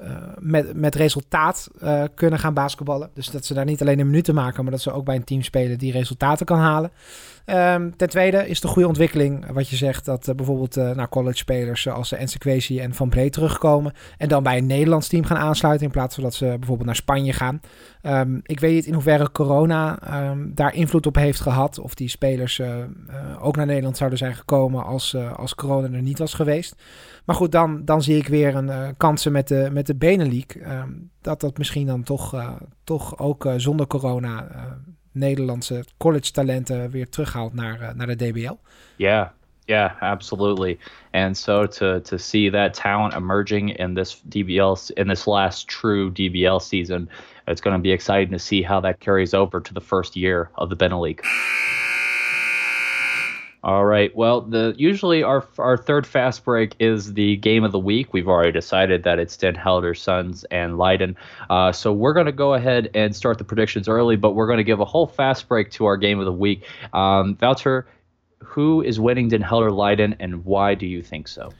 uh, met, met resultaat uh, kunnen gaan basketballen. Dus dat ze daar niet alleen een minuten maken, maar dat ze ook bij een team spelen die resultaten kan halen. Um, ten tweede is de goede ontwikkeling, wat je zegt, dat uh, bijvoorbeeld uh, naar college spelers zoals de Nsekwesi en Van Bree terugkomen en dan bij een Nederlands team gaan aansluiten in plaats van dat ze bijvoorbeeld naar Spanje gaan. Um, ik weet niet in hoeverre corona um, daar invloed op heeft gehad, of die spelers uh, uh, ook naar Nederland zouden zijn gekomen als, uh, als corona er niet was geweest. Maar goed, dan, dan zie ik weer een uh, kansen met de, met de Benelux, um, dat dat misschien dan toch, uh, toch ook uh, zonder corona uh, Nederlandse college talenten weer terughaalt naar, uh, naar de D B L. Yeah, yeah, absolutely. And so to to see that talent emerging in this D B L in this last true D B L season, it's going to be exciting to see how that carries over to the first year of the Benelux. All right. Well, the usually our our third fast break is the game of the week. We've already decided that it's Den Helder, Suns, and Leiden. Uh, so we're going to go ahead and start the predictions early, but we're going to give a whole fast break to our game of the week. Um, Wouter, who is winning Den Helder, Leiden, and why do you think so?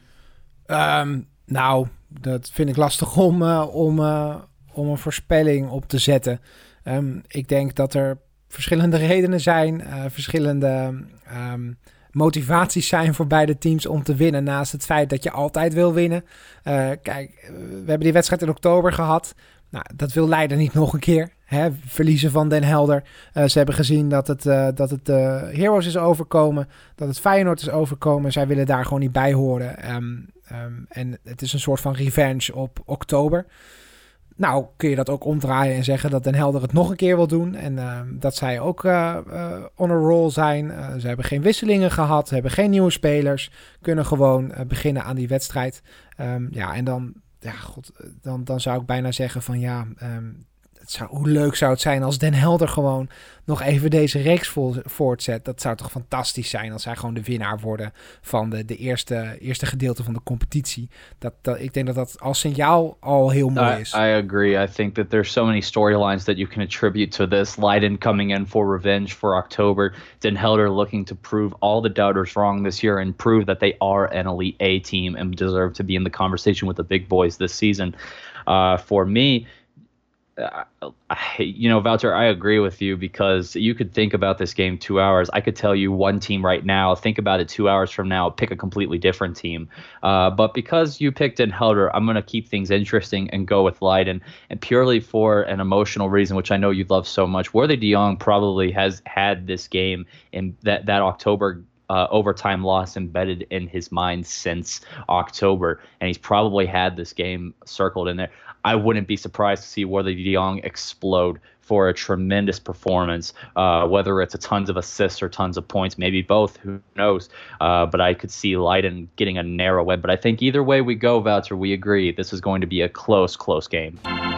Um, nou, dat vind ik lastig om, uh, om, uh, om een voorspelling op te zetten. Um, ik denk dat er verschillende redenen zijn, uh, verschillende um, motivaties zijn voor beide teams om te winnen. Naast het feit dat je altijd wil winnen. Uh, kijk, we hebben die wedstrijd in oktober gehad. Nou, dat wil Leiden niet nog een keer. Hè? Verliezen van Den Helder. Uh, ze hebben gezien dat het, uh, dat het uh, Heroes is overkomen. Dat het Feyenoord is overkomen. Zij willen daar gewoon niet bij horen. Um, um, en het is een soort van revenge op oktober. Nou, kun je dat ook omdraaien en zeggen dat Den Helder het nog een keer wil doen. En uh, dat zij ook uh, uh, on a roll zijn. Uh, ze hebben geen wisselingen gehad. Ze hebben geen nieuwe spelers. Kunnen gewoon uh, beginnen aan die wedstrijd. Um, ja, en dan, ja, god, dan, dan zou ik bijna zeggen van ja... Um, het zou, hoe leuk zou het zijn als Den Helder gewoon nog even deze reeks vo- voortzet. Dat zou toch fantastisch zijn als zij gewoon de winnaar worden van de, de eerste, eerste gedeelte van de competitie. Dat, dat, ik denk dat dat als signaal al heel mooi is. I, I agree. I think that there's so many storylines that you can attribute to this. Leiden coming in for revenge for October. Den Helder looking to prove all the doubters wrong this year and prove that they are an elite A team and deserve to be in the conversation with the big boys this season. Uh, for me... Uh, I, you know, Wouter, I agree with you because you could think about this game two hours. I could tell you one team right now, think about it two hours from now, pick a completely different team. Uh, but because you picked Den Helder, I'm going to keep things interesting and go with Leiden. And purely for an emotional reason, which I know you love so much, Worthy de Jong probably has had this game in that, that October Uh, overtime loss embedded in his mind since October, and he's probably had this game circled in there. I wouldn't be surprised to see Worthy de Jong explode for a tremendous performance, uh, whether it's a tons of assists or tons of points, maybe both, who knows. Uh, but I could see Leiden getting a narrow win. But I think either way we go, Wouter, we agree this is going to be a close, close game.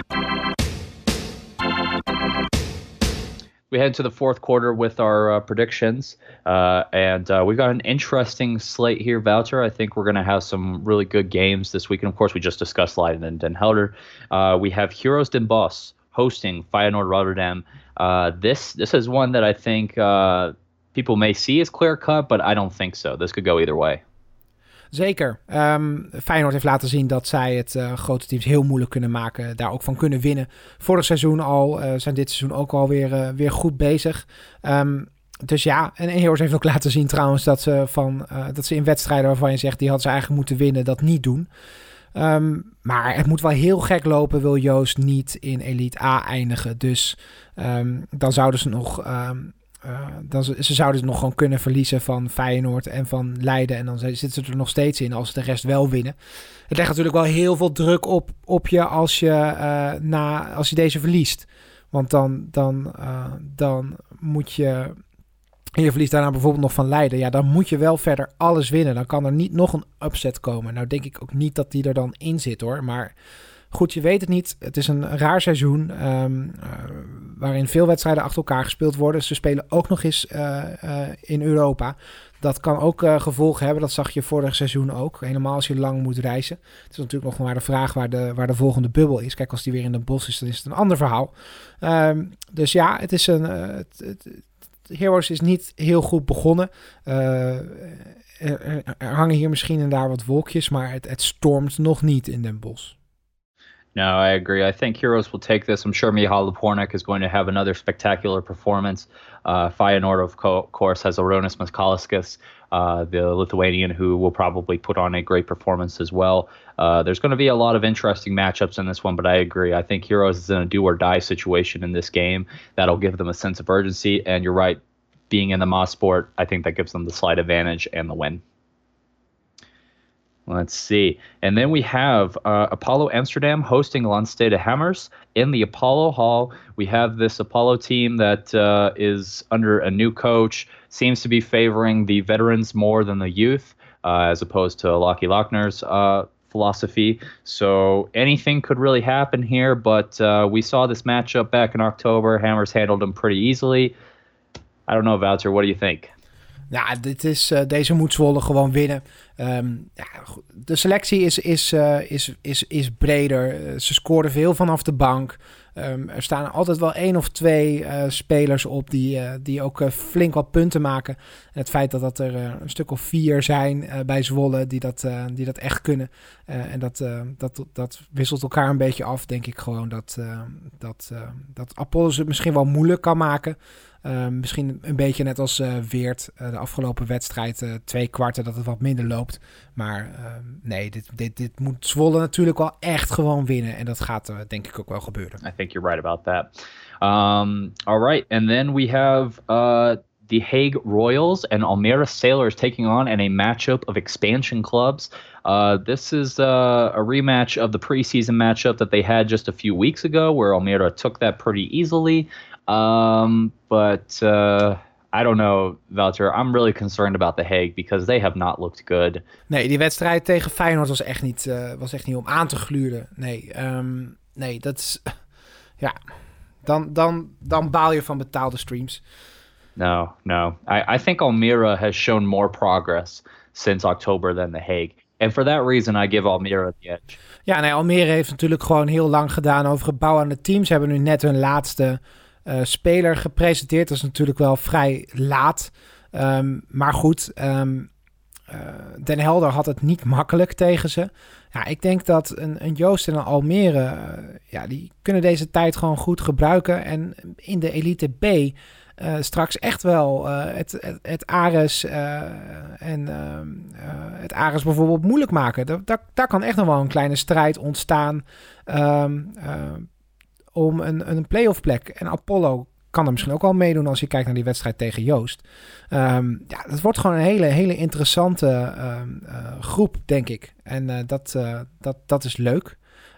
We head to the fourth quarter with our uh, predictions, uh, and uh, we've got an interesting slate here, Wouter. I think we're going to have some really good games this week, and of course, we just discussed Leiden and Den Helder. Uh, we have Heroes Den Bosch hosting Feyenoord Rotterdam. Uh, this this is one that I think uh, people may see as clear cut, but I don't think so. This could go either way. Zeker. Um, Feyenoord heeft laten zien dat zij het uh, grote teams heel moeilijk kunnen maken. Daar ook van kunnen winnen. Vorig seizoen al. Uh, zijn dit seizoen ook alweer uh, weer goed bezig. Um, dus ja. En Heroes heeft ook laten zien trouwens dat ze, van, uh, dat ze in wedstrijden waarvan je zegt die hadden ze eigenlijk moeten winnen, dat niet doen. Um, maar het moet wel heel gek lopen, wil Joost niet in Elite A eindigen. Dus um, dan zouden ze nog... Um, Uh, dan ze, ze zouden het nog gewoon kunnen verliezen van Feyenoord en van Leiden. En dan zitten ze er nog steeds in als ze de rest wel winnen. Het legt natuurlijk wel heel veel druk op, op je als je, uh, na, als je deze verliest. Want dan, dan, uh, dan moet je... En je verliest daarna bijvoorbeeld nog van Leiden. Ja, dan moet je wel verder alles winnen. Dan kan er niet nog een upset komen. Nou denk ik ook niet dat die er dan in zit hoor. Maar... Goed, je weet het niet. Het is een raar seizoen um, uh, waarin veel wedstrijden achter elkaar gespeeld worden. Ze spelen ook nog eens uh, uh, in Europa. Dat kan ook uh, gevolgen hebben. Dat zag je vorig seizoen ook. Helemaal als je lang moet reizen. Het is natuurlijk nog maar de vraag waar de, waar de volgende bubbel is. Kijk, als die weer in de bos is, dan is het een ander verhaal. Um, dus ja, het is een... Uh, het, het, het, Heroes is niet heel goed begonnen. Uh, er, er hangen hier misschien en daar wat wolkjes, maar het, het stormt nog niet in Den Bosch. No, I agree. I think Heroes will take this. I'm sure Michal Lapornik is going to have another spectacular performance. Uh, Feyenoord, of co- course, has Aronis Maskaliskis, uh, the Lithuanian, who will probably put on a great performance as well. Uh, there's going to be a lot of interesting matchups in this one, but I agree. I think Heroes is in a do-or-die situation in this game. That'll give them a sense of urgency, and you're right, being in the Moss sport, I think that gives them the slight advantage and the win. Let's see. And then we have uh, Apollo Amsterdam hosting Landstede Hammers in the Apollo Hall. We have this Apollo team that uh, is under a new coach, seems to be favoring the veterans more than the youth, uh, as opposed to Lockie Lochner's uh, philosophy. So anything could really happen here, but uh, we saw this matchup back in October. Hammers handled them pretty easily. I don't know, Wouter, what do you think? Ja, dit is, uh, deze moet Zwolle gewoon winnen. Um, ja, de selectie is, is, uh, is, is, is breder. Uh, ze scoren veel vanaf de bank. Um, er staan altijd wel één of twee uh, spelers op die, uh, die ook uh, flink wat punten maken. En het feit dat, dat er uh, een stuk of vier zijn uh, bij Zwolle die dat, uh, die dat echt kunnen. Uh, en dat, uh, dat, dat wisselt elkaar een beetje af, denk ik gewoon. Dat, uh, dat, uh, dat Apollo het misschien wel moeilijk kan maken. Uh, misschien een beetje net als uh, Weert, uh, de afgelopen wedstrijd, uh, twee kwarten dat het wat minder loopt. Maar uh, nee, dit, dit, dit moet Zwolle natuurlijk wel echt gewoon winnen. En dat gaat uh, denk ik ook wel gebeuren. I think you're right about that. Um, all right, and then we have uh, the Hague Royals and Almere Sailors taking on in a matchup of expansion clubs. Uh, this is uh, a rematch of the preseason matchup that they had just a few weeks ago, where Almere took that pretty easily. Um, but uh, I don't know, Wouter. I'm really concerned about the Hague because they have not looked good. Nee, die wedstrijd tegen Feyenoord was echt niet, uh, was echt niet om aan te gluren. Nee, um, nee, dat is... Ja, dan, dan, dan baal je van betaalde streams. No, no. I, I think Almere has shown more progress since October than the Hague. And for that reason, I give Almere the edge. Ja, nee, Almere heeft natuurlijk gewoon heel lang gedaan over het bouwen aan het team. Ze hebben nu net hun laatste uh, speler gepresenteerd. Dat is natuurlijk wel vrij laat. Um, maar goed, um, uh, Den Helder had het niet makkelijk tegen ze. Ja, ik denk dat een, een Joost en een Almere, uh, ja, die kunnen deze tijd gewoon goed gebruiken. En in de Elite B uh, straks echt wel uh, het, het, het Ares uh, en uh, uh, het Ares bijvoorbeeld moeilijk maken. Da, da, daar kan echt nog wel een kleine strijd ontstaan um, uh, om een, een play-off plek. En Apollo kan er misschien ook wel meedoen als je kijkt naar die wedstrijd tegen Joost. Um, ja, dat wordt gewoon een hele, hele interessante uh, uh, groep, denk ik. En uh, dat, uh, dat, dat is leuk.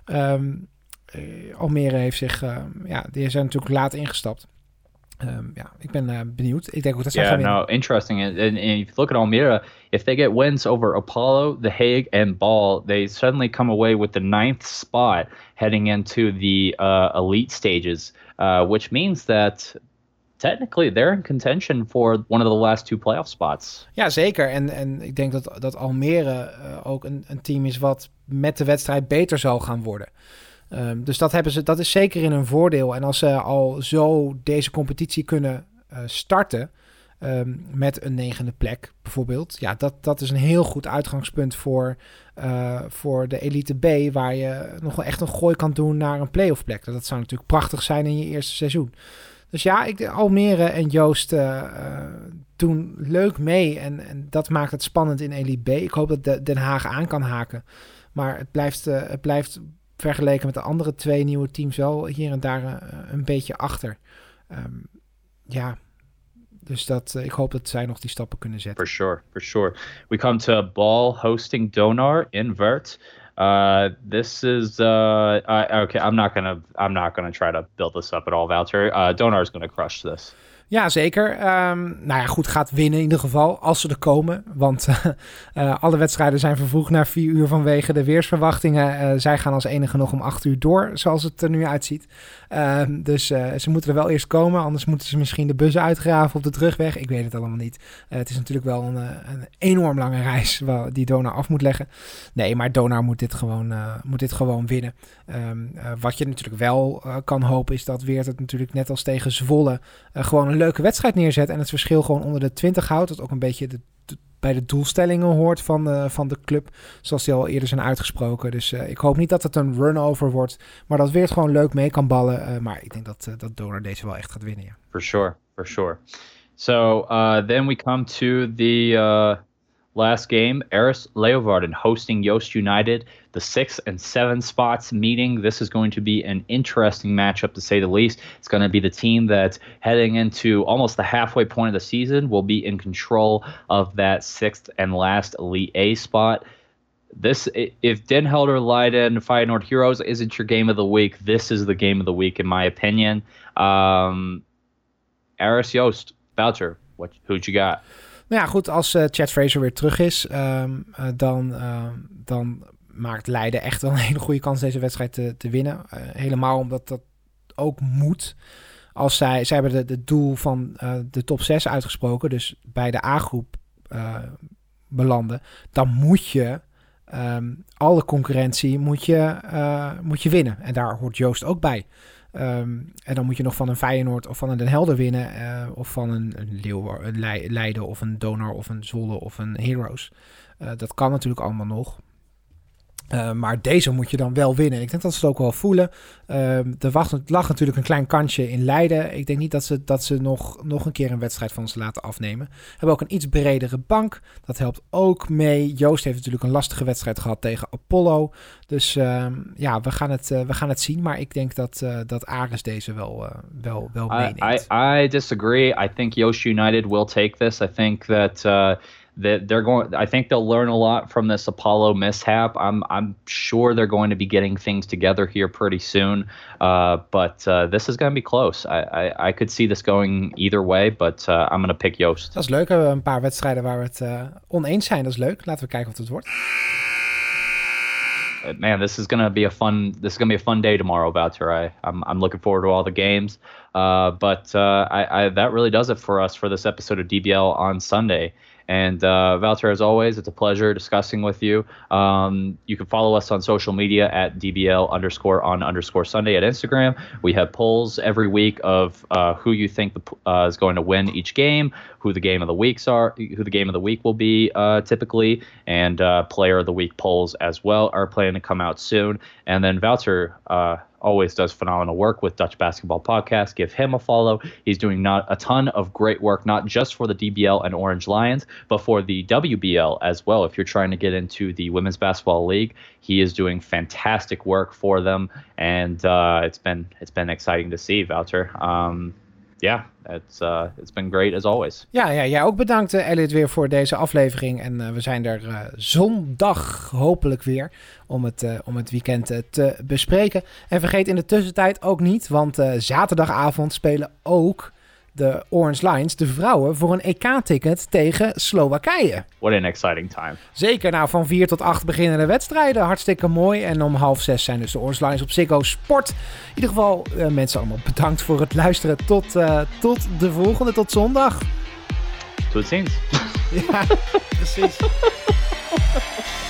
Um, uh, Almere heeft zich, uh, ja, die zijn natuurlijk laat ingestapt. Um, ja, ik ben uh, benieuwd. Ik denk ook dat zij yeah, gaan winnen. no, interesting. And, and if you look at Almere, if they get wins over Apollo, The Hague, and Ball, they suddenly come away with the ninth spot heading into the uh, elite stages, uh, which means that technically they're in contention for one of the last two playoff spots. Ja, zeker. En, en ik denk dat, dat Almere uh, ook een, een team is wat met de wedstrijd beter zal gaan worden. Um, dus dat, hebben ze, dat is zeker in hun voordeel. En als ze al zo deze competitie kunnen uh, starten um, met een negende plek bijvoorbeeld. Ja, dat, dat is een heel goed uitgangspunt voor, uh, voor de Elite B, waar je nog wel echt een gooi kan doen naar een playoff plek. Dat zou natuurlijk prachtig zijn in je eerste seizoen. Dus ja, ik, Almere en Joost uh, uh, doen leuk mee en, en dat maakt het spannend in Elite B. Ik hoop dat de, Den Haag aan kan haken. Maar het blijft... Uh, het blijft vergeleken met de andere twee nieuwe teams wel hier en daar uh, een beetje achter. Um, ja, dus dat, uh, ik hoop dat zij nog die stappen kunnen zetten. For sure, for sure. We come to Ball hosting Donar in Weert. Uh, this is uh, I, okay. I'm not gonna I'm not gonna try to build this up at all, Wouter. Uh, Donar is gonna crush this. Ja, zeker. Um, nou ja, goed, gaat winnen in ieder geval, als ze er komen. Want uh, uh, alle wedstrijden zijn vervroegd naar vier uur vanwege de weersverwachtingen. Uh, zij gaan als enige nog om acht uur door, zoals het er nu uitziet. Uh, dus uh, ze moeten er wel eerst komen, anders moeten ze misschien de bussen uitgraven op de terugweg. Ik weet het allemaal niet. Uh, het is natuurlijk wel een, een enorm lange reis die Donar af moet leggen. Nee, maar Donar moet dit gewoon, uh, moet dit gewoon winnen. Um, uh, wat je natuurlijk wel uh, kan hopen is dat Weert het natuurlijk net als tegen Zwolle uh, gewoon een leuke wedstrijd neerzet en het verschil gewoon onder de twintig houdt. Dat ook een beetje de, de bij de doelstellingen hoort van, uh, van de club. Zoals die al eerder zijn uitgesproken. Dus uh, ik hoop niet dat het een run-over wordt. Maar dat Weert gewoon leuk mee kan ballen. Uh, maar ik denk dat, uh, dat Donar deze wel echt gaat winnen. Ja. For sure, for sure. So uh, then we come to the uh, last game. Aris Leeuwarden hosting Joost United. The sixth and seventh spots meeting. This is going to be an interesting matchup to say the least. It's going to be the team that heading into almost the halfway point of the season will be in control of that sixth and last Elite A spot. This, if Den Helder Leiden Feyenoord Heroes isn't your game of the week, this is the game of the week in my opinion. Um, Aris, Joost, Wouter, what, who'd you got? Nou ja, goed, als uh, Chad Fraser weer terug is, um, uh, dan, uh, dan maakt Leiden echt wel een hele goede kans deze wedstrijd te, te winnen. Uh, helemaal omdat dat ook moet. Als zij, zij hebben het de, de doel van uh, de top zes uitgesproken, dus bij de A-groep uh, belanden, dan moet je um, alle concurrentie moet je, uh, moet je winnen. En daar hoort Joost ook bij. Um, en dan moet je nog van een Feyenoord of van een Den Helder winnen. Uh, of van een, een Leeuw, een Leiden of een Donar of een Zwolle of een Heroes. Uh, dat kan natuurlijk allemaal nog. Uh, maar deze moet je dan wel winnen. Ik denk dat ze het ook wel voelen. Uh, er wacht, lag natuurlijk een klein kansje in Leiden. Ik denk niet dat ze, dat ze nog, nog een keer een wedstrijd van ze laten afnemen. Hebben ook een iets bredere bank. Dat helpt ook mee. Joost heeft natuurlijk een lastige wedstrijd gehad tegen Apollo. Dus uh, ja, we gaan, het, uh, we gaan het zien. Maar ik denk dat, uh, dat Aris deze wel, uh, wel, wel meeneemt. I, I, I disagree. I think Joost United will take this. I think that... Uh, That they're going. I think they'll learn a lot from this Apollo mishap. I'm. I'm sure they're going to be getting things together here pretty soon. Uh, but uh, this is going to be close. I, I. I could see this going either way. But uh, I'm going to pick Joost. Dat is leuk. We hebben een paar wedstrijden waar we het uh, oneens zijn. Dat is leuk. Laten we kijken wat het wordt. Man, this is going to be a fun. This is going to be a fun day tomorrow, Wouter. I. I'm. I'm looking forward to all the games. Uh, but uh, I, I. That really does it for us for this episode of D B L on Sunday. And uh, Wouter, as always, it's a pleasure discussing with you. Um, you can follow us on social media at D B L underscore on underscore Sunday at Instagram. We have polls every week of uh, who you think the, uh, is going to win each game, who the game of the weeks are, who the game of the week will be uh, typically, and uh, player of the week polls as well are planning to come out soon. And then Wouter uh, always does phenomenal work with Dutch Basketball Podcast. Give him a follow. He's doing not a ton of great work, not just for the D B L and Orange Lions, but for the W B L as well. If you're trying to get into the Women's Basketball League, he is doing fantastic work for them, and uh, it's been it's been exciting to see, Wouter. Um, yeah, it's uh, it's been great as always. Ja, ja, ja, ook bedankt uh, Elliot weer voor deze aflevering. En uh, we zijn er uh, zondag hopelijk weer om het, uh, om het weekend uh, te bespreken. En vergeet in de tussentijd ook niet, want uh, zaterdagavond spelen ook de Orange Lions, de vrouwen, voor een E K-ticket tegen Slowakije. What an exciting time. Zeker, nou van vier tot acht beginnen de wedstrijden. Hartstikke mooi. En om half zes zijn dus de Orange Lions op Ziggo Sport. In ieder geval, uh, mensen allemaal bedankt voor het luisteren. Tot, uh, tot de volgende, tot zondag. Tot ziens. Ja, precies.